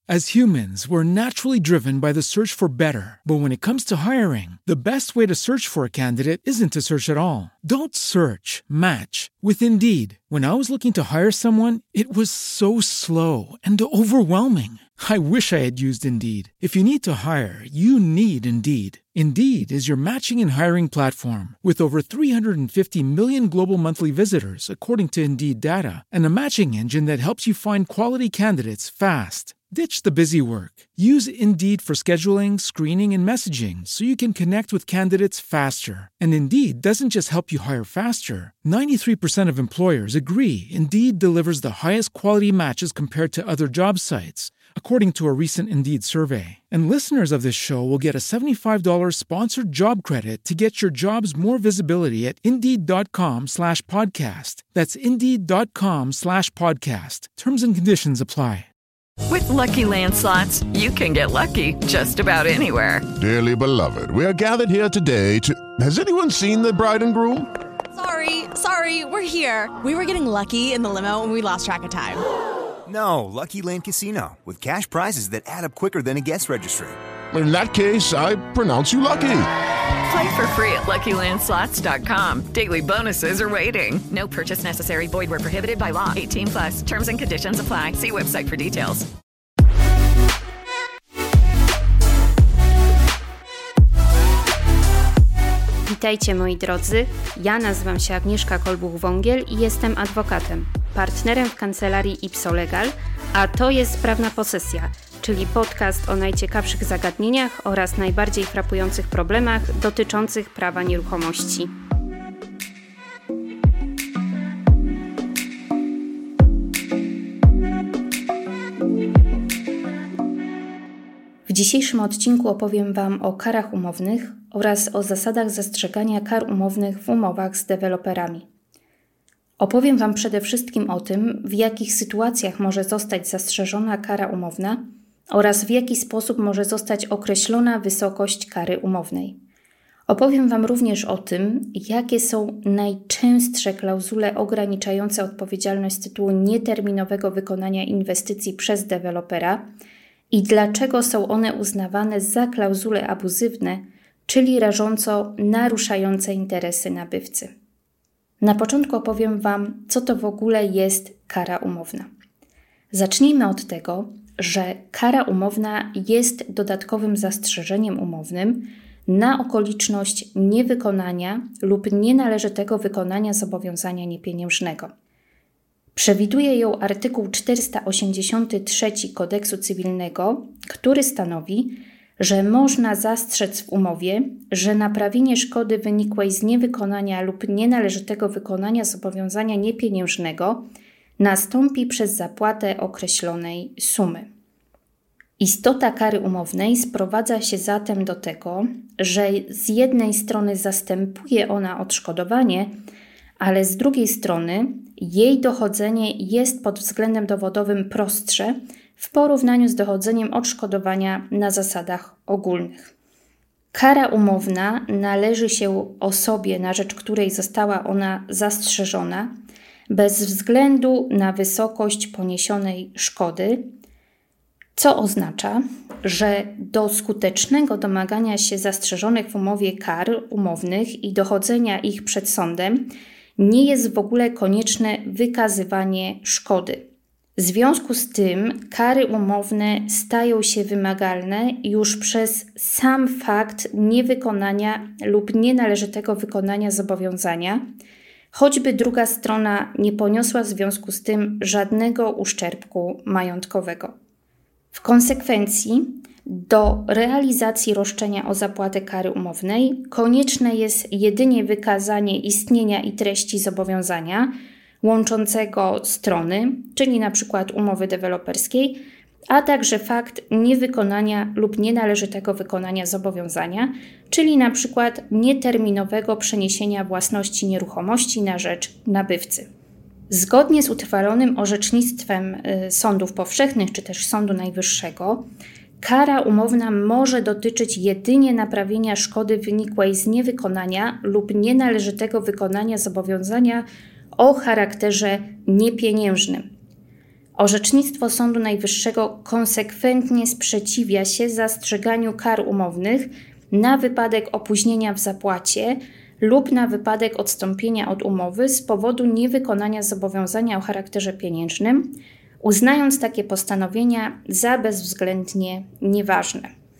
As humans, we're naturally driven by the search for better. But when it comes to hiring, the best way to search for a candidate isn't to search at all. Don't search, match with Indeed. When I was looking to hire someone, it was so slow and overwhelming. I wish I had used Indeed. If you need to hire, you need Indeed. Indeed is your matching and hiring platform with over 350 million global monthly visitors, according to Indeed data, and a matching engine that helps you find quality candidates fast. Ditch the busy work. Use Indeed for scheduling, screening, and messaging so you can connect with candidates faster. And Indeed doesn't just help you hire faster. 93% of employers agree Indeed delivers the highest quality matches compared to other job sites, according to a recent Indeed survey. And listeners of this show will get a $75 sponsored job credit to get your jobs more visibility at Indeed.com/podcast. That's Indeed.com/podcast. Terms and conditions apply. With Lucky Land Slots, you can get lucky just about anywhere. Dearly beloved, we are gathered here today to... Has anyone seen the bride and groom? Sorry, we're here. We were getting lucky in the limo and we lost track of time. No, Lucky Land Casino, with cash prizes that add up quicker than a guest registry. In that case, I pronounce you lucky. Play for free at LuckyLandSlots.com. Daily bonuses are waiting. No purchase necessary. Void where prohibited by law. 18+. Terms and conditions apply. See website for details. Witajcie moi drodzy, ja nazywam się Agnieszka Kolbuch-Wągiel i jestem adwokatem, partnerem w kancelarii Ipso Legal, a to jest Prawna Posesja, czyli podcast o najciekawszych zagadnieniach oraz najbardziej frapujących problemach dotyczących prawa nieruchomości. W dzisiejszym odcinku opowiem Wam o karach umownych oraz o zasadach zastrzegania kar umownych w umowach z deweloperami. Opowiem Wam przede wszystkim o tym, w jakich sytuacjach może zostać zastrzeżona kara umowna oraz w jaki sposób może zostać określona wysokość kary umownej. Opowiem Wam również o tym, jakie są najczęstsze klauzule ograniczające odpowiedzialność z tytułu nieterminowego wykonania inwestycji przez dewelopera i dlaczego są one uznawane za klauzule abuzywne, czyli rażąco naruszające interesy nabywcy. Na początku opowiem Wam, co to w ogóle jest kara umowna. Zacznijmy od tego, że kara umowna jest dodatkowym zastrzeżeniem umownym na okoliczność niewykonania lub nienależytego wykonania zobowiązania niepieniężnego. Przewiduje ją artykuł 483 Kodeksu Cywilnego, który stanowi, że można zastrzec w umowie, że naprawienie szkody wynikłej z niewykonania lub nienależytego wykonania zobowiązania niepieniężnego nastąpi przez zapłatę określonej sumy. Istota kary umownej sprowadza się zatem do tego, że z jednej strony zastępuje ona odszkodowanie, ale z drugiej strony jej dochodzenie jest pod względem dowodowym prostsze w porównaniu z dochodzeniem odszkodowania na zasadach ogólnych. Kara umowna należy się osobie, na rzecz której została ona zastrzeżona, bez względu na wysokość poniesionej szkody, co oznacza, że do skutecznego domagania się zastrzeżonych w umowie kar umownych i dochodzenia ich przed sądem nie jest w ogóle konieczne wykazywanie szkody. W związku z tym kary umowne stają się wymagalne już przez sam fakt niewykonania lub nienależytego wykonania zobowiązania, choćby druga strona nie poniosła w związku z tym żadnego uszczerbku majątkowego. W konsekwencji do realizacji roszczenia o zapłatę kary umownej konieczne jest jedynie wykazanie istnienia i treści zobowiązania łączącego strony, czyli np. umowy deweloperskiej, a także fakt niewykonania lub nienależytego wykonania zobowiązania, czyli np. nieterminowego przeniesienia własności nieruchomości na rzecz nabywcy. Zgodnie z utrwalonym orzecznictwem sądów powszechnych czy też Sądu Najwyższego, kara umowna może dotyczyć jedynie naprawienia szkody wynikłej z niewykonania lub nienależytego wykonania zobowiązania o charakterze niepieniężnym. Orzecznictwo Sądu Najwyższego konsekwentnie sprzeciwia się zastrzeganiu kar umownych na wypadek opóźnienia w zapłacie lub na wypadek odstąpienia od umowy z powodu niewykonania zobowiązania o charakterze pieniężnym, uznając takie postanowienia za bezwzględnie nieważne.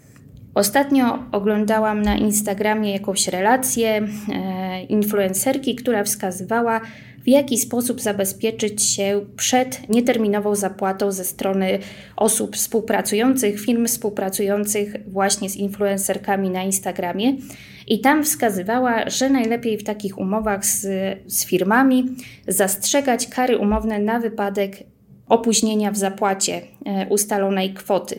Ostatnio oglądałam na Instagramie jakąś relację influencerki, która wskazywała, w jaki sposób zabezpieczyć się przed nieterminową zapłatą ze strony osób współpracujących, firm współpracujących właśnie z influencerkami na Instagramie. I tam wskazywała, że najlepiej w takich umowach z firmami zastrzegać kary umowne na wypadek opóźnienia w zapłacie ustalonej kwoty.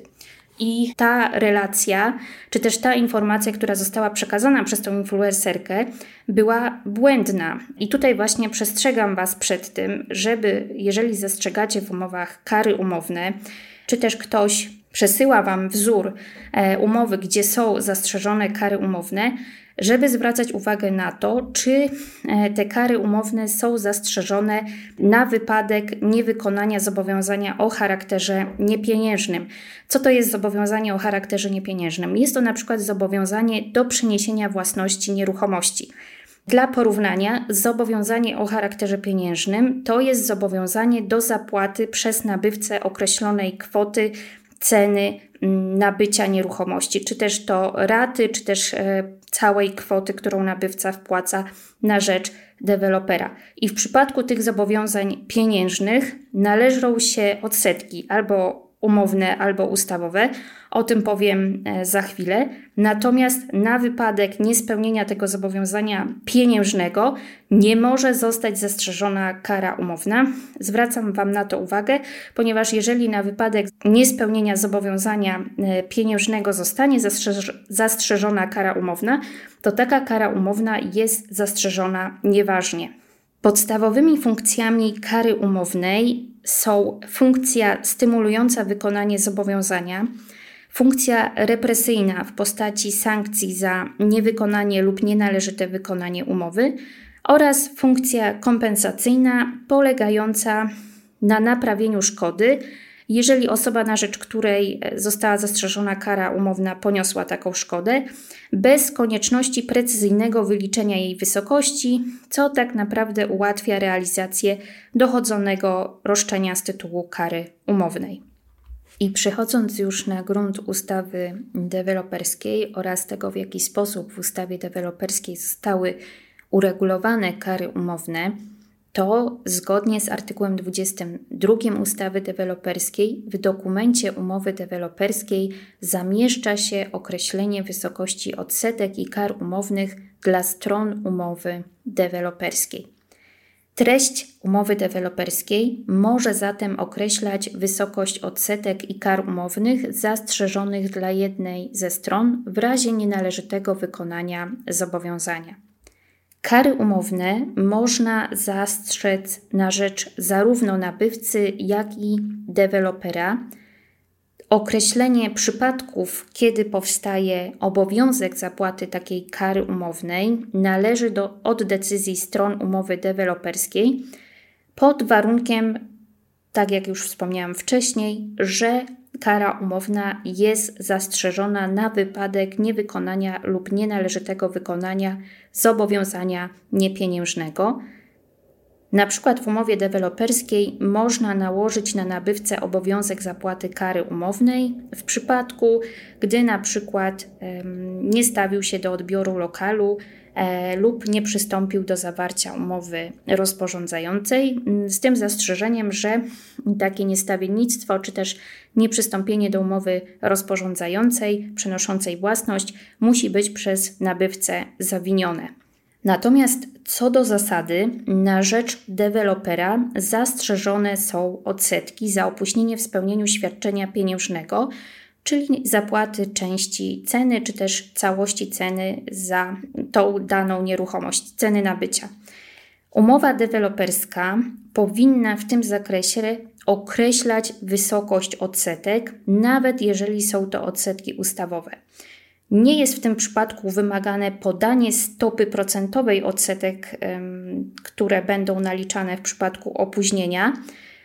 I ta relacja, czy też ta informacja, która została przekazana przez tą influencerkę, była błędna. I tutaj właśnie przestrzegam Was przed tym, żeby, jeżeli zastrzegacie w umowach kary umowne, czy też ktoś przesyła Wam wzór umowy, gdzie są zastrzeżone kary umowne, żeby zwracać uwagę na to, czy te kary umowne są zastrzeżone na wypadek niewykonania zobowiązania o charakterze niepieniężnym. Co to jest zobowiązanie o charakterze niepieniężnym? Jest to na przykład zobowiązanie do przeniesienia własności nieruchomości. Dla porównania, zobowiązanie o charakterze pieniężnym to jest zobowiązanie do zapłaty przez nabywcę określonej kwoty ceny nabycia nieruchomości, czy też to raty, czy też całej kwoty, którą nabywca wpłaca na rzecz dewelopera. I w przypadku tych zobowiązań pieniężnych należą się odsetki albo umowne, albo ustawowe. O tym powiem za chwilę. Natomiast na wypadek niespełnienia tego zobowiązania pieniężnego nie może zostać zastrzeżona kara umowna. Zwracam Wam na to uwagę, ponieważ jeżeli na wypadek niespełnienia zobowiązania pieniężnego zostanie zastrzeżona kara umowna, to taka kara umowna jest zastrzeżona nieważnie. Podstawowymi funkcjami kary umownej są funkcja stymulująca wykonanie zobowiązania, funkcja represyjna w postaci sankcji za niewykonanie lub nienależyte wykonanie umowy oraz funkcja kompensacyjna polegająca na naprawieniu szkody, jeżeli osoba, na rzecz której została zastrzeżona kara umowna, poniosła taką szkodę, bez konieczności precyzyjnego wyliczenia jej wysokości, co tak naprawdę ułatwia realizację dochodzonego roszczenia z tytułu kary umownej. I przechodząc już na grunt ustawy deweloperskiej oraz tego, w jaki sposób w ustawie deweloperskiej zostały uregulowane kary umowne, to zgodnie z artykułem 22 ustawy deweloperskiej w dokumencie umowy deweloperskiej zamieszcza się określenie wysokości odsetek i kar umownych dla stron umowy deweloperskiej. Treść umowy deweloperskiej może zatem określać wysokość odsetek i kar umownych zastrzeżonych dla jednej ze stron w razie nienależytego wykonania zobowiązania. Kary umowne można zastrzec na rzecz zarówno nabywcy, jak i dewelopera. Określenie przypadków, kiedy powstaje obowiązek zapłaty takiej kary umownej, należy od decyzji stron umowy deweloperskiej pod warunkiem, tak jak już wspomniałam wcześniej, że kara umowna jest zastrzeżona na wypadek niewykonania lub nienależytego wykonania zobowiązania niepieniężnego. Na przykład w umowie deweloperskiej można nałożyć na nabywcę obowiązek zapłaty kary umownej w przypadku, gdy na przykład nie stawił się do odbioru lokalu lub nie przystąpił do zawarcia umowy rozporządzającej, z tym zastrzeżeniem, że takie niestawiennictwo czy też nieprzystąpienie do umowy rozporządzającej przenoszącej własność musi być przez nabywcę zawinione. Natomiast co do zasady, na rzecz dewelopera zastrzeżone są odsetki za opóźnienie w spełnieniu świadczenia pieniężnego, czyli zapłaty części ceny, czy też całości ceny za tą daną nieruchomość, ceny nabycia. Umowa deweloperska powinna w tym zakresie określać wysokość odsetek, nawet jeżeli są to odsetki ustawowe. Nie jest w tym przypadku wymagane podanie stopy procentowej odsetek, które będą naliczane w przypadku opóźnienia.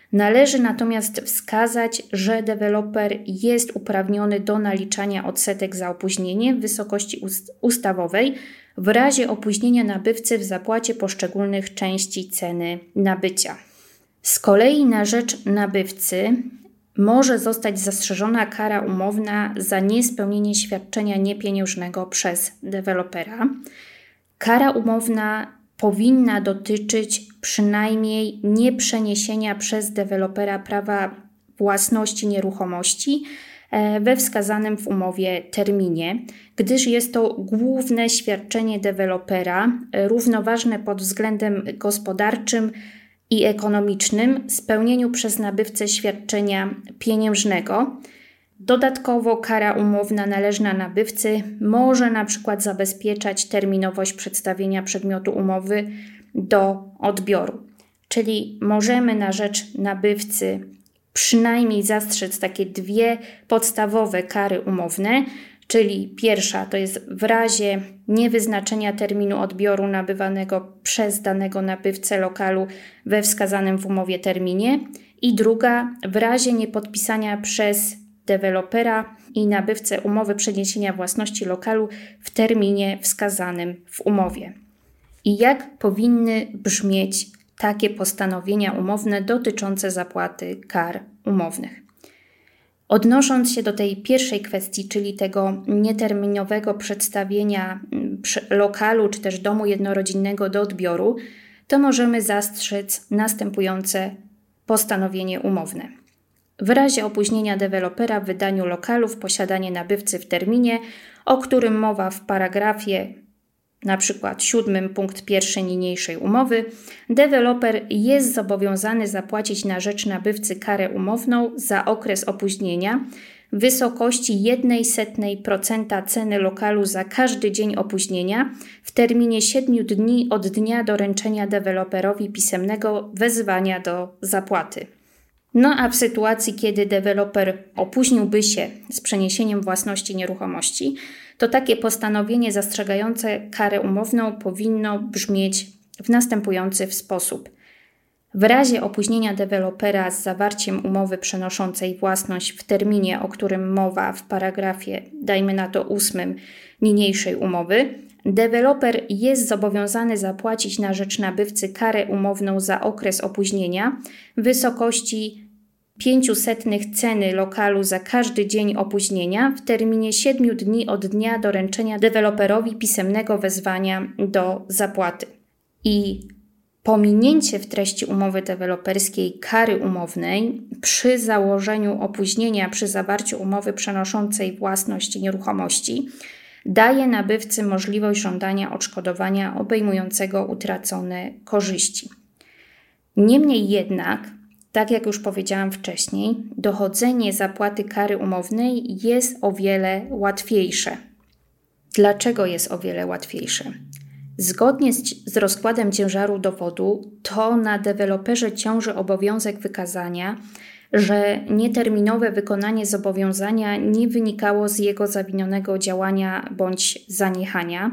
Należy natomiast wskazać, że deweloper jest uprawniony do naliczania odsetek za opóźnienie w wysokości ustawowej w razie opóźnienia nabywcy w zapłacie poszczególnych części ceny nabycia. Z kolei na rzecz nabywcy może zostać zastrzeżona kara umowna za niespełnienie świadczenia niepieniężnego przez dewelopera. Kara umowna powinna dotyczyć przynajmniej nieprzeniesienia przez dewelopera prawa własności nieruchomości we wskazanym w umowie terminie, gdyż jest to główne świadczenie dewelopera, równoważne pod względem gospodarczym i ekonomicznym spełnieniu przez nabywcę świadczenia pieniężnego. Dodatkowo kara umowna należna nabywcy może na przykład zabezpieczać terminowość przedstawienia przedmiotu umowy do odbioru. Czyli możemy na rzecz nabywcy przynajmniej zastrzec takie dwie podstawowe kary umowne, czyli pierwsza to jest w razie niewyznaczenia terminu odbioru nabywanego przez danego nabywcę lokalu we wskazanym w umowie terminie i druga w razie niepodpisania przez dewelopera i nabywcę umowy przeniesienia własności lokalu w terminie wskazanym w umowie. I jak powinny brzmieć takie postanowienia umowne dotyczące zapłaty kar umownych? Odnosząc się do tej pierwszej kwestii, czyli tego nieterminowego przedstawienia lokalu czy też domu jednorodzinnego do odbioru, to możemy zastrzec następujące postanowienie umowne. W razie opóźnienia dewelopera w wydaniu lokalu w posiadanie nabywcy w terminie, o którym mowa w paragrafie na przykład 7 punkt 1 niniejszej umowy, deweloper jest zobowiązany zapłacić na rzecz nabywcy karę umowną za okres opóźnienia w wysokości 0,01% ceny lokalu za każdy dzień opóźnienia w terminie 7 dni od dnia doręczenia deweloperowi pisemnego wezwania do zapłaty. No a w sytuacji, kiedy deweloper opóźniłby się z przeniesieniem własności nieruchomości, to takie postanowienie zastrzegające karę umowną powinno brzmieć w następujący sposób. W razie opóźnienia dewelopera z zawarciem umowy przenoszącej własność w terminie, o którym mowa w paragrafie, dajmy na to 8 niniejszej umowy, deweloper jest zobowiązany zapłacić na rzecz nabywcy karę umowną za okres opóźnienia w wysokości 0,05 ceny lokalu za każdy dzień opóźnienia w terminie 7 dni od dnia doręczenia deweloperowi pisemnego wezwania do zapłaty. I pominięcie w treści umowy deweloperskiej kary umownej przy założeniu opóźnienia przy zawarciu umowy przenoszącej własność nieruchomości daje nabywcy możliwość żądania odszkodowania obejmującego utracone korzyści. Niemniej jednak, tak jak już powiedziałam wcześniej, dochodzenie zapłaty kary umownej jest o wiele łatwiejsze. Dlaczego jest o wiele łatwiejsze? Zgodnie z rozkładem ciężaru dowodu, to na deweloperze ciąży obowiązek wykazania, że nieterminowe wykonanie zobowiązania nie wynikało z jego zawinionego działania bądź zaniechania.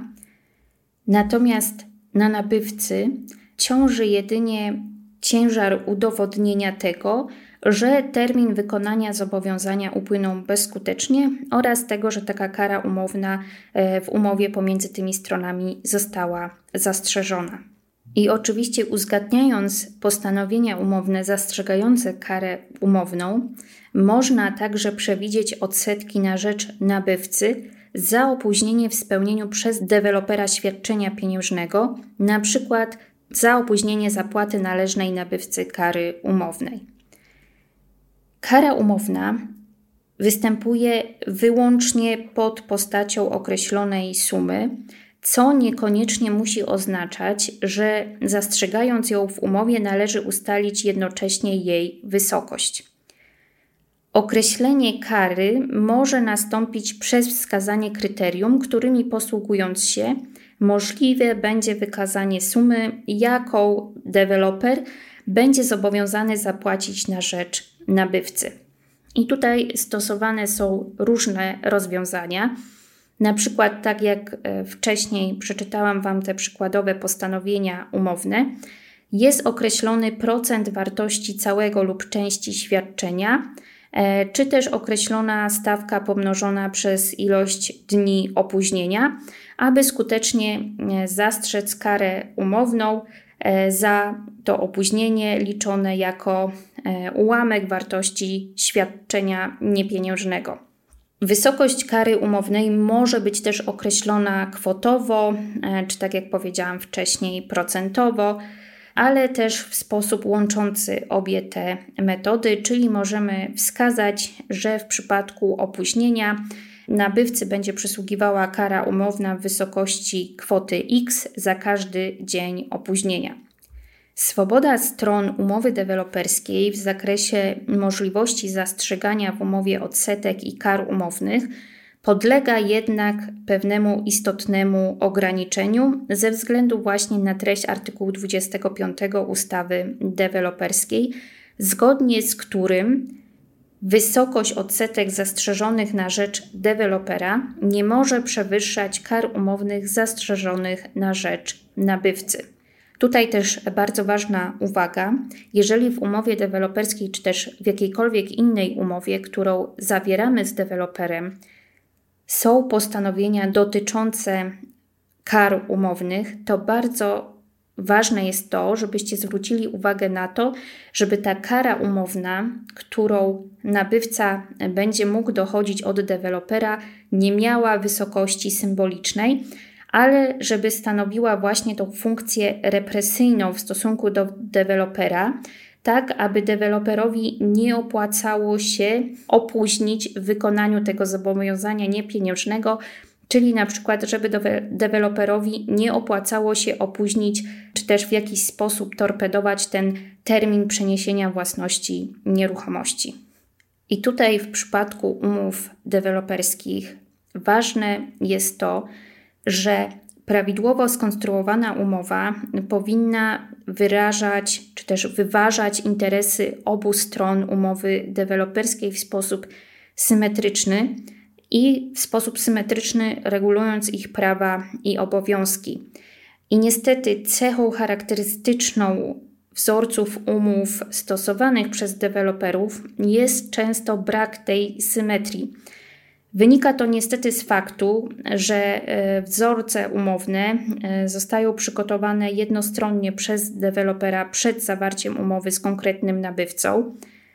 Natomiast na nabywcy ciąży jedynie ciężar udowodnienia tego, że termin wykonania zobowiązania upłynął bezskutecznie oraz tego, że taka kara umowna w umowie pomiędzy tymi stronami została zastrzeżona. I oczywiście uzgadniając postanowienia umowne zastrzegające karę umowną, można także przewidzieć odsetki na rzecz nabywcy za opóźnienie w spełnieniu przez dewelopera świadczenia pieniężnego, na przykład za opóźnienie zapłaty należnej nabywcy kary umownej. Kara umowna występuje wyłącznie pod postacią określonej sumy, co niekoniecznie musi oznaczać, że zastrzegając ją w umowie należy ustalić jednocześnie jej wysokość. Określenie kary może nastąpić przez wskazanie kryterium, którymi posługując się możliwe będzie wykazanie sumy, jaką deweloper będzie zobowiązany zapłacić na rzecz nabywcy. I tutaj stosowane są różne rozwiązania. Na przykład, tak jak wcześniej przeczytałam Wam te przykładowe postanowienia umowne, jest określony procent wartości całego lub części świadczenia, czy też określona stawka pomnożona przez ilość dni opóźnienia, aby skutecznie zastrzec karę umowną za to opóźnienie liczone jako ułamek wartości świadczenia niepieniężnego. Wysokość kary umownej może być też określona kwotowo, czy tak jak powiedziałam wcześniej, procentowo, ale też w sposób łączący obie te metody, czyli możemy wskazać, że w przypadku opóźnienia nabywcy będzie przysługiwała kara umowna w wysokości kwoty X za każdy dzień opóźnienia. Swoboda stron umowy deweloperskiej w zakresie możliwości zastrzegania w umowie odsetek i kar umownych podlega jednak pewnemu istotnemu ograniczeniu ze względu właśnie na treść artykułu 25 ustawy deweloperskiej, zgodnie z którym wysokość odsetek zastrzeżonych na rzecz dewelopera nie może przewyższać kar umownych zastrzeżonych na rzecz nabywcy. Tutaj też bardzo ważna uwaga, jeżeli w umowie deweloperskiej czy też w jakiejkolwiek innej umowie, którą zawieramy z deweloperem, są postanowienia dotyczące kar umownych, to bardzo ważne jest to, żebyście zwrócili uwagę na to, żeby ta kara umowna, którą nabywca będzie mógł dochodzić od dewelopera, nie miała wysokości symbolicznej, ale żeby stanowiła właśnie tą funkcję represyjną w stosunku do dewelopera, tak aby deweloperowi nie opłacało się opóźnić w wykonaniu tego zobowiązania niepieniężnego, czyli na przykład, żeby deweloperowi nie opłacało się opóźnić, czy też w jakiś sposób torpedować ten termin przeniesienia własności nieruchomości. I tutaj w przypadku umów deweloperskich ważne jest to, że prawidłowo skonstruowana umowa powinna wyrażać czy też wyważać interesy obu stron umowy deweloperskiej w sposób symetryczny i w sposób symetryczny regulując ich prawa i obowiązki. I niestety cechą charakterystyczną wzorców umów stosowanych przez deweloperów jest często brak tej symetrii. Wynika to niestety z faktu, że wzorce umowne zostają przygotowane jednostronnie przez dewelopera przed zawarciem umowy z konkretnym nabywcą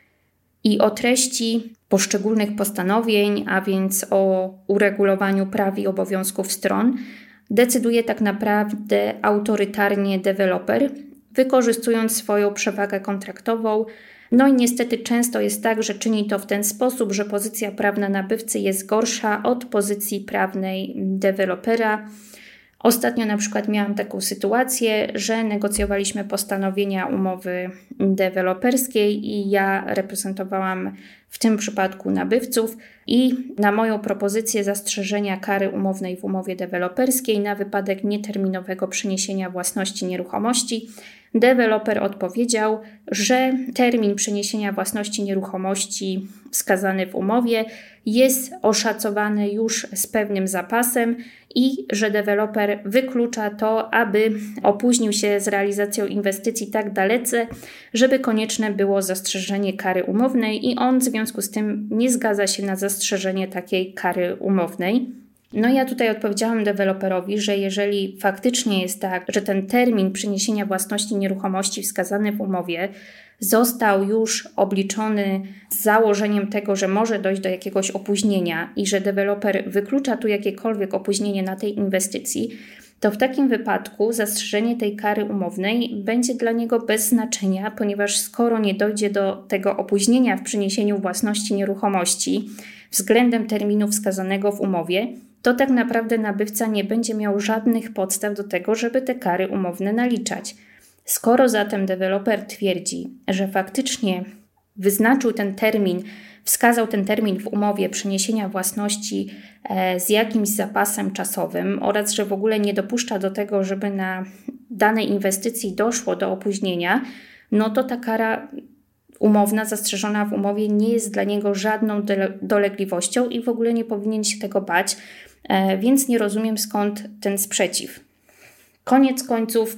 i o treści poszczególnych postanowień, a więc o uregulowaniu praw i obowiązków stron, decyduje tak naprawdę autorytarnie deweloper, wykorzystując swoją przewagę kontraktową. No i niestety często jest tak, że czyni to w ten sposób, że pozycja prawna nabywcy jest gorsza od pozycji prawnej dewelopera. Ostatnio na przykład miałam taką sytuację, że negocjowaliśmy postanowienia umowy deweloperskiej i ja reprezentowałam w tym przypadku nabywców i na moją propozycję zastrzeżenia kary umownej w umowie deweloperskiej na wypadek nieterminowego przeniesienia własności nieruchomości deweloper odpowiedział, że termin przeniesienia własności nieruchomości wskazany w umowie jest oszacowany już z pewnym zapasem i że deweloper wyklucza to, aby opóźnił się z realizacją inwestycji tak dalece, żeby konieczne było zastrzeżenie kary umownej i on w związku z tym nie zgadza się na zastrzeżenie takiej kary umownej. No ja tutaj odpowiedziałam deweloperowi, że jeżeli faktycznie jest tak, że ten termin przeniesienia własności nieruchomości wskazany w umowie został już obliczony z założeniem tego, że może dojść do jakiegoś opóźnienia i że deweloper wyklucza tu jakiekolwiek opóźnienie na tej inwestycji, to w takim wypadku zastrzeżenie tej kary umownej będzie dla niego bez znaczenia, ponieważ skoro nie dojdzie do tego opóźnienia w przeniesieniu własności nieruchomości względem terminu wskazanego w umowie, to tak naprawdę nabywca nie będzie miał żadnych podstaw do tego, żeby te kary umowne naliczać. Skoro zatem deweloper twierdzi, że faktycznie wyznaczył ten termin, wskazał ten termin w umowie przeniesienia własności z jakimś zapasem czasowym oraz że w ogóle nie dopuszcza do tego, żeby na danej inwestycji doszło do opóźnienia, no to ta kara umowna zastrzeżona w umowie nie jest dla niego żadną dolegliwością i w ogóle nie powinien się tego bać, więc nie rozumiem skąd ten sprzeciw. Koniec końców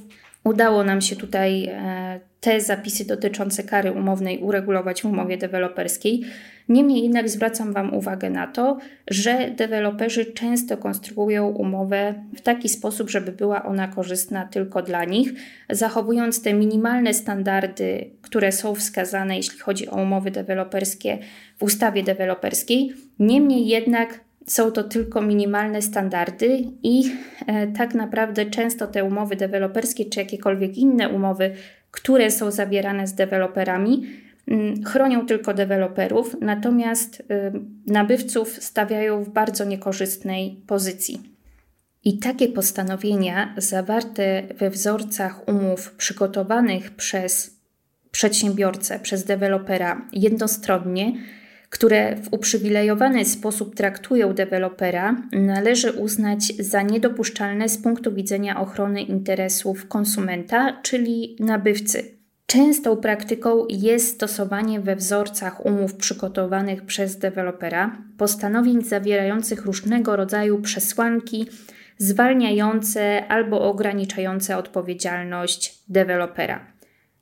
Udało nam się tutaj te zapisy dotyczące kary umownej uregulować w umowie deweloperskiej. Niemniej jednak zwracam Wam uwagę na to, że deweloperzy często konstruują umowę w taki sposób, żeby była ona korzystna tylko dla nich, zachowując te minimalne standardy, które są wskazane, jeśli chodzi o umowy deweloperskie w ustawie deweloperskiej. Niemniej jednak są to tylko minimalne standardy i tak naprawdę często te umowy deweloperskie czy jakiekolwiek inne umowy, które są zawierane z deweloperami, chronią tylko deweloperów, natomiast nabywców stawiają w bardzo niekorzystnej pozycji. I takie postanowienia zawarte we wzorcach umów przygotowanych przez przedsiębiorcę, przez dewelopera jednostronnie, które w uprzywilejowany sposób traktują dewelopera, należy uznać za niedopuszczalne z punktu widzenia ochrony interesów konsumenta, czyli nabywcy. Częstą praktyką jest stosowanie we wzorcach umów przygotowanych przez dewelopera postanowień zawierających różnego rodzaju przesłanki zwalniające albo ograniczające odpowiedzialność dewelopera.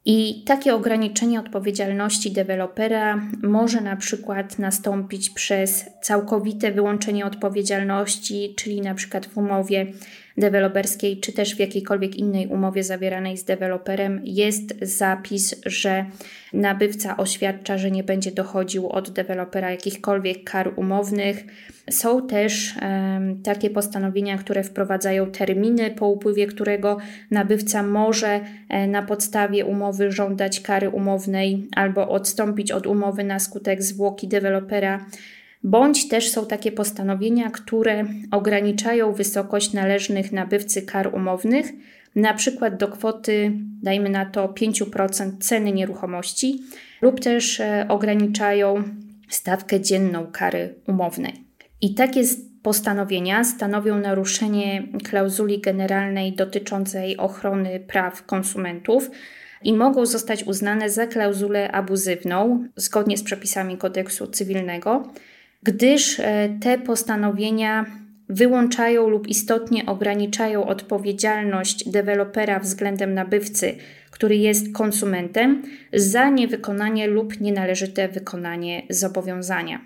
I takie ograniczenie odpowiedzialności dewelopera może na przykład nastąpić przez całkowite wyłączenie odpowiedzialności, czyli na przykład w umowie deweloperskiej, czy też w jakiejkolwiek innej umowie zawieranej z deweloperem jest zapis, że nabywca oświadcza, że nie będzie dochodził od dewelopera jakichkolwiek kar umownych. Są też takie postanowienia, które wprowadzają terminy, po upływie którego nabywca może na podstawie umowy żądać kary umownej albo odstąpić od umowy na skutek zwłoki dewelopera. Bądź też są takie postanowienia, które ograniczają wysokość należnych nabywcy kar umownych, na przykład do kwoty, dajmy na to 5% ceny nieruchomości, lub też ograniczają stawkę dzienną kary umownej. I takie postanowienia stanowią naruszenie klauzuli generalnej dotyczącej ochrony praw konsumentów i mogą zostać uznane za klauzulę abuzywną zgodnie z przepisami kodeksu cywilnego, gdyż te postanowienia wyłączają lub istotnie ograniczają odpowiedzialność dewelopera względem nabywcy, który jest konsumentem, za niewykonanie lub nienależyte wykonanie zobowiązania.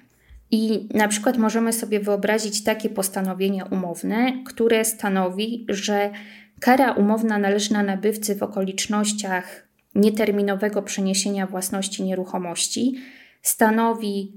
I na przykład możemy sobie wyobrazić takie postanowienie umowne, które stanowi, że kara umowna należna nabywcy w okolicznościach nieterminowego przeniesienia własności nieruchomości stanowi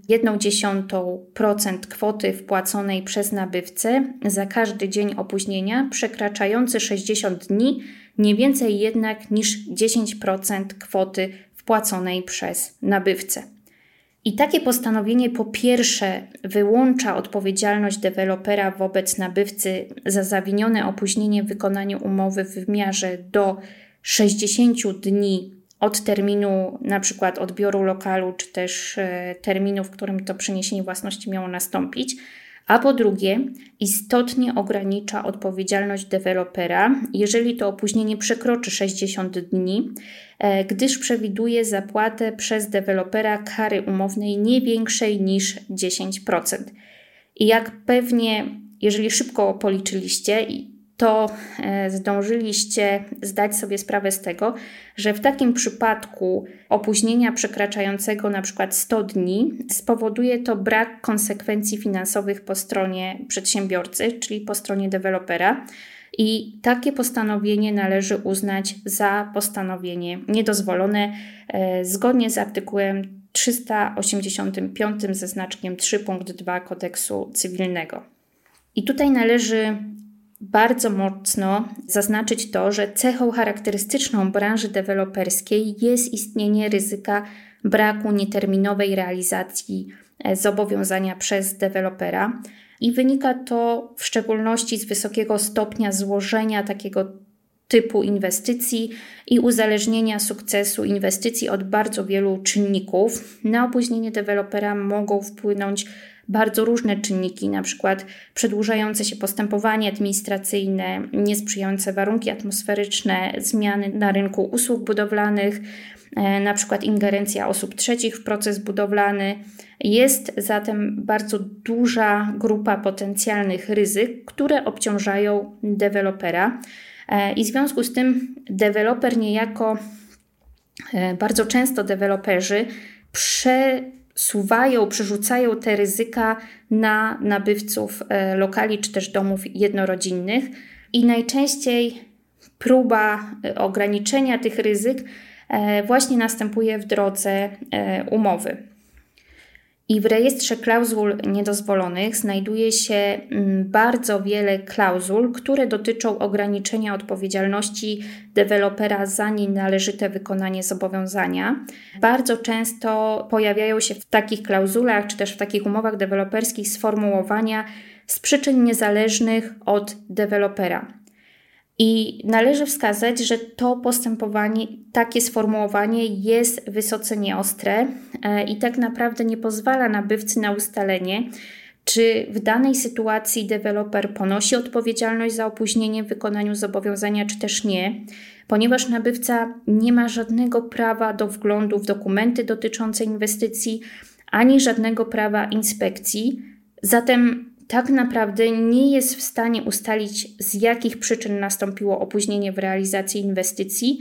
0,1% kwoty wpłaconej przez nabywcę za każdy dzień opóźnienia przekraczający 60 dni, nie więcej jednak niż 10% kwoty wpłaconej przez nabywcę. I takie postanowienie po pierwsze wyłącza odpowiedzialność dewelopera wobec nabywcy za zawinione opóźnienie w wykonaniu umowy w wymiarze do 60 dni od terminu na przykład odbioru lokalu, czy też terminu, w którym to przeniesienie własności miało nastąpić, a po drugie istotnie ogranicza odpowiedzialność dewelopera, jeżeli to opóźnienie przekroczy 60 dni, gdyż przewiduje zapłatę przez dewelopera kary umownej nie większej niż 10%. I jak pewnie, jeżeli szybko policzyliście, to zdążyliście zdać sobie sprawę z tego, że w takim przypadku opóźnienia przekraczającego na przykład 100 dni spowoduje to brak konsekwencji finansowych po stronie przedsiębiorcy, czyli po stronie dewelopera. I takie postanowienie należy uznać za postanowienie niedozwolone zgodnie z artykułem 385 ze znaczkiem 3 punkt 2 kodeksu cywilnego. I tutaj należy bardzo mocno zaznaczyć to, że cechą charakterystyczną branży deweloperskiej jest istnienie ryzyka braku nieterminowej realizacji zobowiązania przez dewelopera i wynika to w szczególności z wysokiego stopnia złożenia takiego typu inwestycji i uzależnienia sukcesu inwestycji od bardzo wielu czynników. Na opóźnienie dewelopera mogą wpłynąć bardzo różne czynniki, na przykład przedłużające się postępowanie administracyjne, niesprzyjające warunki atmosferyczne, zmiany na rynku usług budowlanych, na przykład ingerencja osób trzecich w proces budowlany. Jest zatem bardzo duża grupa potencjalnych ryzyk, które obciążają dewelopera. I w związku z tym deweloper niejako, bardzo często deweloperzy przerzucają te ryzyka na nabywców lokali czy też domów jednorodzinnych i najczęściej próba ograniczenia tych ryzyk właśnie następuje w drodze umowy. I w rejestrze klauzul niedozwolonych znajduje się bardzo wiele klauzul, które dotyczą ograniczenia odpowiedzialności dewelopera za nienależyte wykonanie zobowiązania. Bardzo często pojawiają się w takich klauzulach czy też w takich umowach deweloperskich sformułowania z przyczyn niezależnych od dewelopera. I należy wskazać, że to postępowanie, takie sformułowanie jest wysoce nieostre i tak naprawdę nie pozwala nabywcy na ustalenie, czy w danej sytuacji deweloper ponosi odpowiedzialność za opóźnienie w wykonaniu zobowiązania, czy też nie, ponieważ nabywca nie ma żadnego prawa do wglądu w dokumenty dotyczące inwestycji, ani żadnego prawa inspekcji. Zatem tak naprawdę nie jest w stanie ustalić, z jakich przyczyn nastąpiło opóźnienie w realizacji inwestycji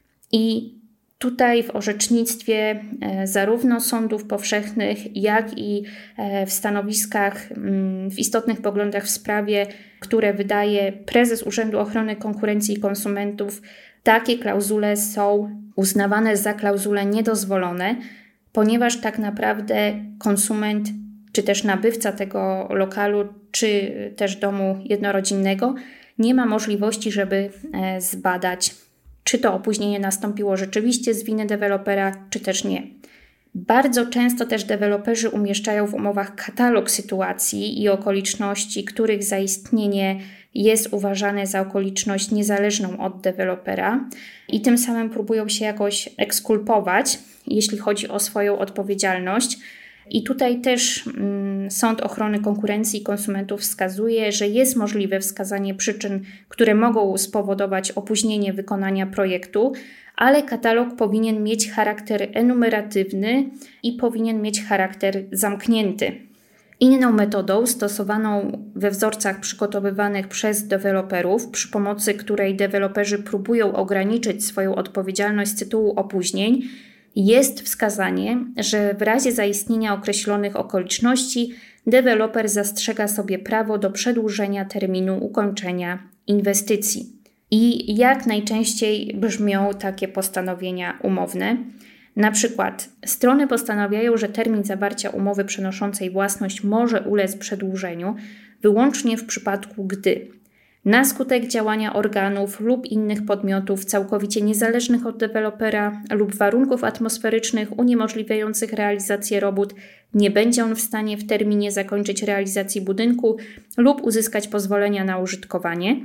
i tutaj w orzecznictwie zarówno sądów powszechnych, jak i w stanowiskach, w istotnych poglądach w sprawie, które wydaje prezes Urzędu Ochrony Konkurencji i Konsumentów, takie klauzule są uznawane za klauzule niedozwolone, ponieważ tak naprawdę konsument czy też nabywca tego lokalu, czy też domu jednorodzinnego nie ma możliwości, żeby zbadać, czy to opóźnienie nastąpiło rzeczywiście z winy dewelopera, czy też nie. Bardzo często też deweloperzy umieszczają w umowach katalog sytuacji i okoliczności, których zaistnienie jest uważane za okoliczność niezależną od dewelopera i tym samym próbują się jakoś ekskulpować, jeśli chodzi o swoją odpowiedzialność. I tutaj też Sąd Ochrony Konkurencji i Konsumentów wskazuje, że jest możliwe wskazanie przyczyn, które mogą spowodować opóźnienie wykonania projektu, ale katalog powinien mieć charakter enumeratywny i powinien mieć charakter zamknięty. Inną metodą stosowaną we wzorcach przygotowywanych przez deweloperów, przy pomocy której deweloperzy próbują ograniczyć swoją odpowiedzialność z tytułu opóźnień, jest wskazanie, że w razie zaistnienia określonych okoliczności deweloper zastrzega sobie prawo do przedłużenia terminu ukończenia inwestycji. I jak najczęściej brzmią takie postanowienia umowne? Na przykład strony postanawiają, że termin zawarcia umowy przenoszącej własność może ulec przedłużeniu wyłącznie w przypadku, gdy na skutek działania organów lub innych podmiotów całkowicie niezależnych od dewelopera lub warunków atmosferycznych uniemożliwiających realizację robót nie będzie on w stanie w terminie zakończyć realizacji budynku lub uzyskać pozwolenia na użytkowanie,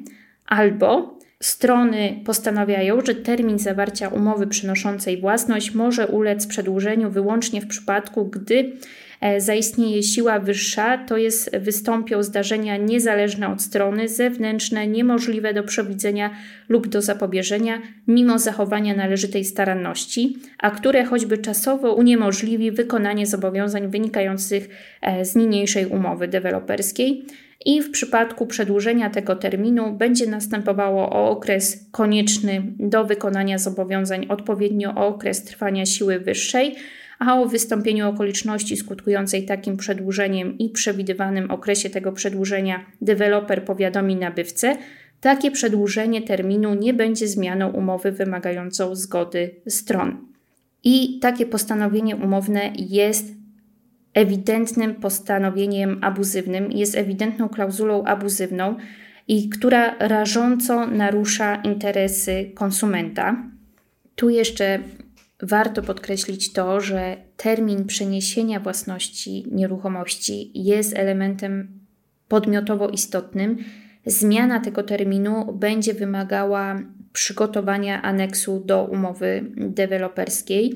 albo strony postanawiają, że termin zawarcia umowy przenoszącej własność może ulec przedłużeniu wyłącznie w przypadku, gdy zaistnieje siła wyższa, to jest wystąpią zdarzenia niezależne od strony, zewnętrzne, niemożliwe do przewidzenia lub do zapobieżenia, mimo zachowania należytej staranności, a które choćby czasowo uniemożliwi wykonanie zobowiązań wynikających z niniejszej umowy deweloperskiej. I w przypadku przedłużenia tego terminu będzie następowało okres konieczny do wykonania zobowiązań odpowiednio o okres trwania siły wyższej, a o wystąpieniu okoliczności skutkującej takim przedłużeniem i przewidywanym okresie tego przedłużenia deweloper powiadomi nabywcę, takie przedłużenie terminu nie będzie zmianą umowy wymagającą zgody stron. I takie postanowienie umowne jest ewidentnym postanowieniem abuzywnym, jest ewidentną klauzulą abuzywną i która rażąco narusza interesy konsumenta. Tu jeszcze warto podkreślić to, że termin przeniesienia własności nieruchomości jest elementem podmiotowo istotnym. Zmiana tego terminu będzie wymagała przygotowania aneksu do umowy deweloperskiej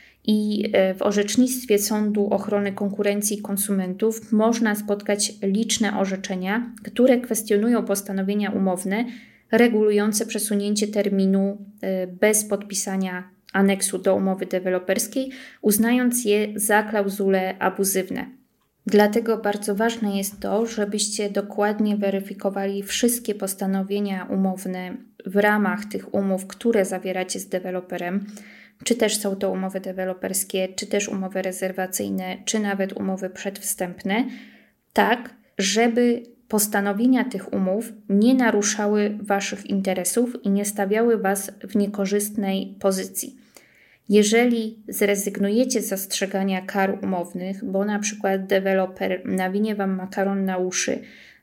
i w orzecznictwie Sądu Ochrony Konkurencji i Konsumentów można spotkać liczne orzeczenia, które kwestionują postanowienia umowne regulujące przesunięcie terminu bez podpisania aneksu do umowy deweloperskiej, uznając je za klauzule abuzywne. Dlatego bardzo ważne jest to, żebyście dokładnie weryfikowali wszystkie postanowienia umowne w ramach tych umów, które zawieracie z deweloperem, czy też są to umowy deweloperskie, czy też umowy rezerwacyjne, czy nawet umowy przedwstępne, tak, żeby postanowienia tych umów nie naruszały Waszych interesów i nie stawiały Was w niekorzystnej pozycji. Jeżeli zrezygnujecie z zastrzegania kar umownych, bo na przykład deweloper nawinie Wam makaron na uszy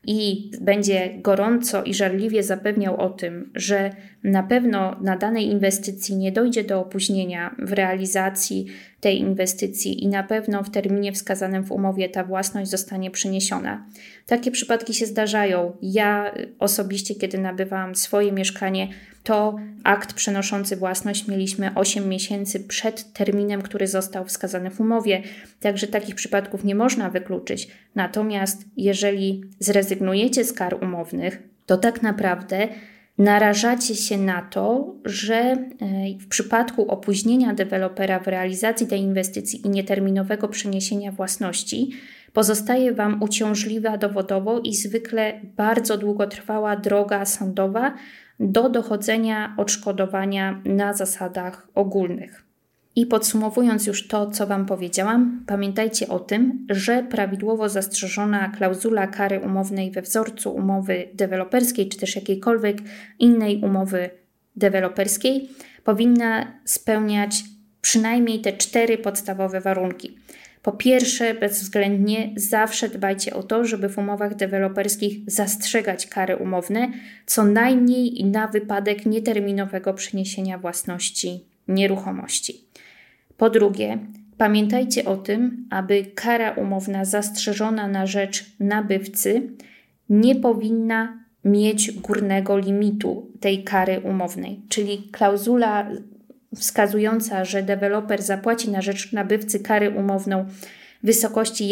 i będzie gorąco i żarliwie zapewniał o tym, że na pewno na danej inwestycji nie dojdzie do opóźnienia w realizacji tej inwestycji i na pewno w terminie wskazanym w umowie ta własność zostanie przeniesiona. Takie przypadki się zdarzają. Ja osobiście, kiedy nabywałam swoje mieszkanie, to akt przenoszący własność mieliśmy 8 miesięcy przed terminem, który został wskazany w umowie, także takich przypadków nie można wykluczyć. Natomiast jeżeli zrezygnujecie z kar umownych, to tak naprawdę narażacie się na to, że w przypadku opóźnienia dewelopera w realizacji tej inwestycji i nieterminowego przeniesienia własności pozostaje Wam uciążliwa dowodowo i zwykle bardzo długotrwała droga sądowa do dochodzenia odszkodowania na zasadach ogólnych. I podsumowując już to, co Wam powiedziałam, pamiętajcie o tym, że prawidłowo zastrzeżona klauzula kary umownej we wzorcu umowy deweloperskiej czy też jakiejkolwiek innej umowy deweloperskiej powinna spełniać przynajmniej te 4 podstawowe warunki. Po pierwsze, bezwzględnie zawsze dbajcie o to, żeby w umowach deweloperskich zastrzegać kary umowne, co najmniej na wypadek nieterminowego przeniesienia własności nieruchomości. Po drugie, pamiętajcie o tym, aby kara umowna zastrzeżona na rzecz nabywcy nie powinna mieć górnego limitu tej kary umownej, czyli klauzula wskazująca, że deweloper zapłaci na rzecz nabywcy karę umowną w wysokości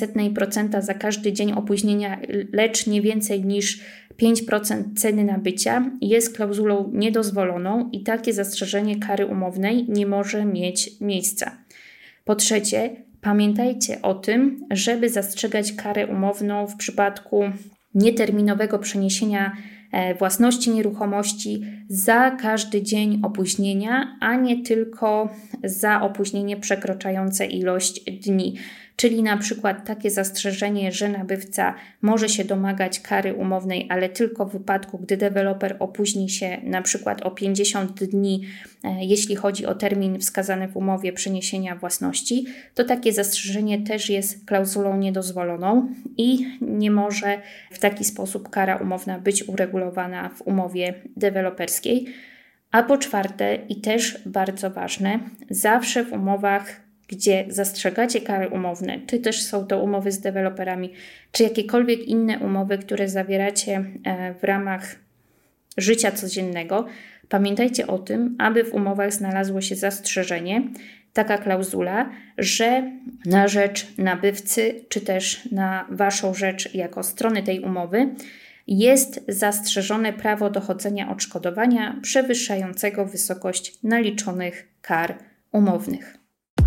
0,01% za każdy dzień opóźnienia, lecz nie więcej niż 5% ceny nabycia, jest klauzulą niedozwoloną i takie zastrzeżenie kary umownej nie może mieć miejsca. Po trzecie, pamiętajcie o tym, żeby zastrzegać karę umowną w przypadku nieterminowego przeniesienia własności nieruchomości za każdy dzień opóźnienia, a nie tylko za opóźnienie przekraczające ilość dni. Czyli na przykład takie zastrzeżenie, że nabywca może się domagać kary umownej, ale tylko w wypadku, gdy deweloper opóźni się na przykład o 50 dni, jeśli chodzi o termin wskazany w umowie przeniesienia własności, to takie zastrzeżenie też jest klauzulą niedozwoloną i nie może w taki sposób kara umowna być uregulowana w umowie deweloperskiej. A po czwarte, i też bardzo ważne, zawsze w umowach, gdzie zastrzegacie kary umowne, czy też są to umowy z deweloperami, czy jakiekolwiek inne umowy, które zawieracie w ramach życia codziennego, pamiętajcie o tym, aby w umowach znalazło się zastrzeżenie, taka klauzula, że na rzecz nabywcy, czy też na Waszą rzecz jako strony tej umowy jest zastrzeżone prawo dochodzenia odszkodowania przewyższającego wysokość naliczonych kar umownych.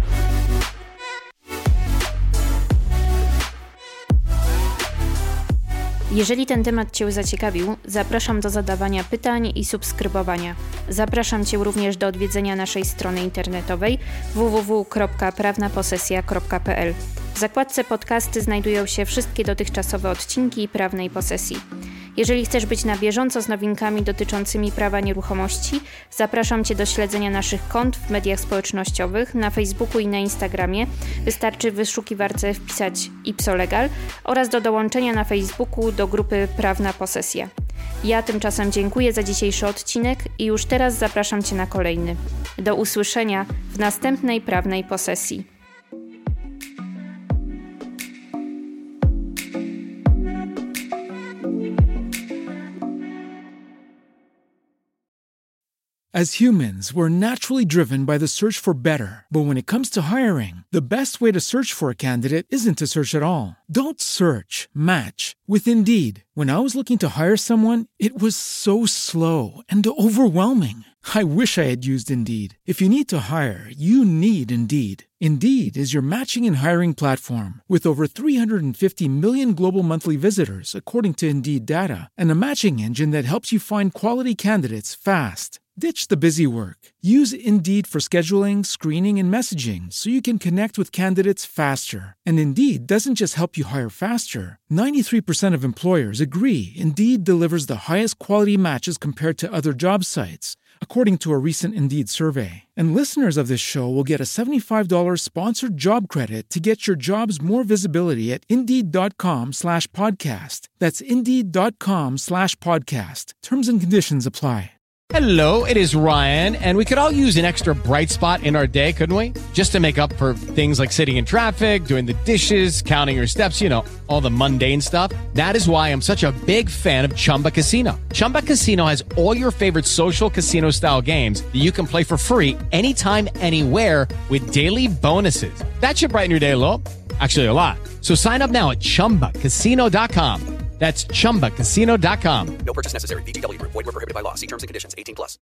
Jeżeli ten temat Cię zaciekawił, zapraszam do zadawania pytań i subskrybowania. Zapraszam Cię również do odwiedzenia naszej strony internetowej www.prawnaposesja.pl. W zakładce podcasty znajdują się wszystkie dotychczasowe odcinki Prawnej Posesji. Jeżeli chcesz być na bieżąco z nowinkami dotyczącymi prawa nieruchomości, zapraszam Cię do śledzenia naszych kont w mediach społecznościowych, na Facebooku i na Instagramie. Wystarczy w wyszukiwarce wpisać ipsolegal oraz do dołączenia na Facebooku do grupy Prawna Posesja. Ja tymczasem dziękuję za dzisiejszy odcinek i już teraz zapraszam Cię na kolejny. Do usłyszenia w następnej Prawnej Posesji. As humans, we're naturally driven by the search for better. But when it comes to hiring, the best way to search for a candidate isn't to search at all. Don't search, match with Indeed. When I was looking to hire someone, it was so slow and overwhelming. I wish I had used Indeed. If you need to hire, you need Indeed. Indeed is your matching and hiring platform with over 350 million global monthly visitors, according to Indeed data, and a matching engine that helps you find quality candidates fast. Ditch the busy work. Use Indeed for scheduling, screening, and messaging so you can connect with candidates faster. And Indeed doesn't just help you hire faster. 93% of employers agree Indeed delivers the highest quality matches compared to other job sites, according to a recent Indeed survey. And listeners of this show will get a $75 sponsored job credit to get your jobs more visibility at Indeed.com/podcast. That's Indeed.com/podcast. Terms and conditions apply. Hello, it is Ryan, and we could all use an extra bright spot in our day, couldn't we? Just to make up for things like sitting in traffic, doing the dishes, counting your steps, you know, all the mundane stuff. That is why I'm such a big fan of Chumba Casino. Chumba Casino has all your favorite social casino-style games that you can play for free anytime, anywhere with daily bonuses. That should brighten your day a little. Actually, a lot. So sign up now at ChumbaCasino.com. That's ChumbaCasino.com. No purchase necessary. VGW Group. Void where prohibited by law. See terms and conditions. 18+.